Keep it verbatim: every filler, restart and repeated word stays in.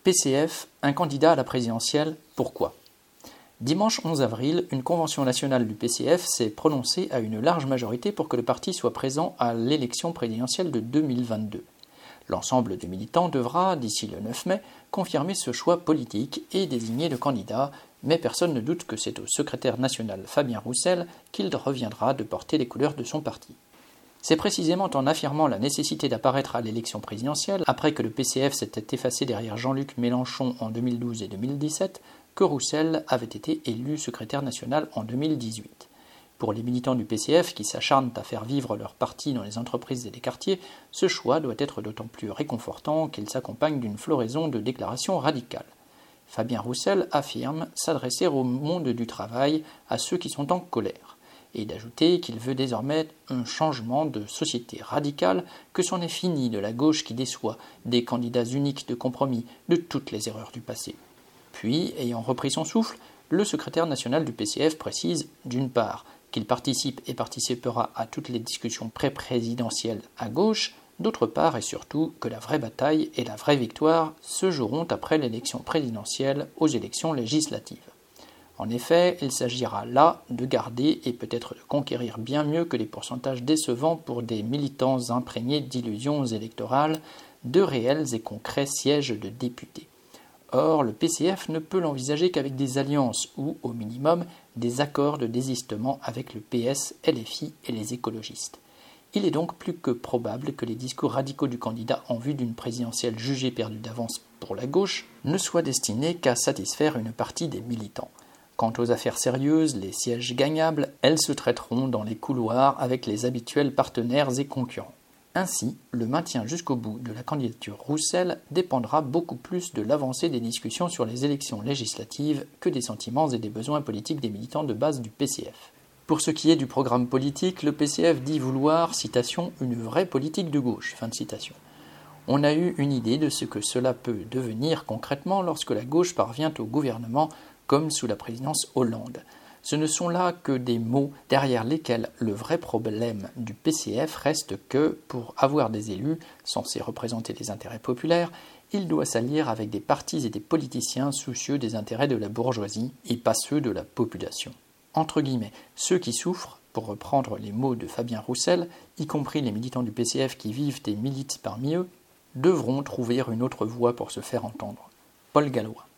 P C F, un candidat à la présidentielle, pourquoi ? Dimanche onze avril, une convention nationale du P C F s'est prononcée à une large majorité pour que le parti soit présent à l'élection présidentielle de deux mille vingt-deux. L'ensemble des militants devra, d'ici le neuf mai, confirmer ce choix politique et désigner le candidat, mais personne ne doute que c'est au secrétaire national Fabien Roussel qu'il reviendra de porter les couleurs de son parti. C'est précisément en affirmant la nécessité d'apparaître à l'élection présidentielle, après que le P C F s'était effacé derrière Jean-Luc Mélenchon en deux mille douze et deux mille dix-sept, que Roussel avait été élu secrétaire national en deux mille dix-huit. Pour les militants du P C F qui s'acharnent à faire vivre leur parti dans les entreprises et les quartiers, ce choix doit être d'autant plus réconfortant qu'il s'accompagne d'une floraison de déclarations radicales. Fabien Roussel affirme s'adresser au monde du travail, à ceux qui sont en colère, et d'ajouter qu'il veut désormais un changement de société radical, que c'en est fini de la gauche qui déçoit, des candidats uniques de compromis, de toutes les erreurs du passé. Puis, ayant repris son souffle, le secrétaire national du P C F précise, d'une part, qu'il participe et participera à toutes les discussions pré-présidentielles à gauche, d'autre part et surtout que la vraie bataille et la vraie victoire se joueront après l'élection présidentielle aux élections législatives. En effet, il s'agira là de garder et peut-être de conquérir bien mieux que les pourcentages décevants pour des militants imprégnés d'illusions électorales, de réels et concrets sièges de députés. Or, le P C F ne peut l'envisager qu'avec des alliances ou, au minimum, des accords de désistement avec le P S, L F I et les écologistes. Il est donc plus que probable que les discours radicaux du candidat en vue d'une présidentielle jugée perdue d'avance pour la gauche ne soient destinés qu'à satisfaire une partie des militants. Quant aux affaires sérieuses, les sièges gagnables, elles se traiteront dans les couloirs avec les habituels partenaires et concurrents. Ainsi, le maintien jusqu'au bout de la candidature Roussel dépendra beaucoup plus de l'avancée des discussions sur les élections législatives que des sentiments et des besoins politiques des militants de base du P C F. Pour ce qui est du programme politique, le P C F dit vouloir, citation, une vraie politique de gauche, fin de citation. On a eu une idée de ce que cela peut devenir concrètement lorsque la gauche parvient au gouvernement, comme sous la présidence Hollande. Ce ne sont là que des mots derrière lesquels le vrai problème du P C F reste que, pour avoir des élus censés représenter les intérêts populaires, il doit s'allier avec des partis et des politiciens soucieux des intérêts de la bourgeoisie et pas ceux de la population. Entre guillemets, ceux qui souffrent, pour reprendre les mots de Fabien Roussel, y compris les militants du P C F qui vivent et militent parmi eux, devront trouver une autre voie pour se faire entendre. Paul Gallois.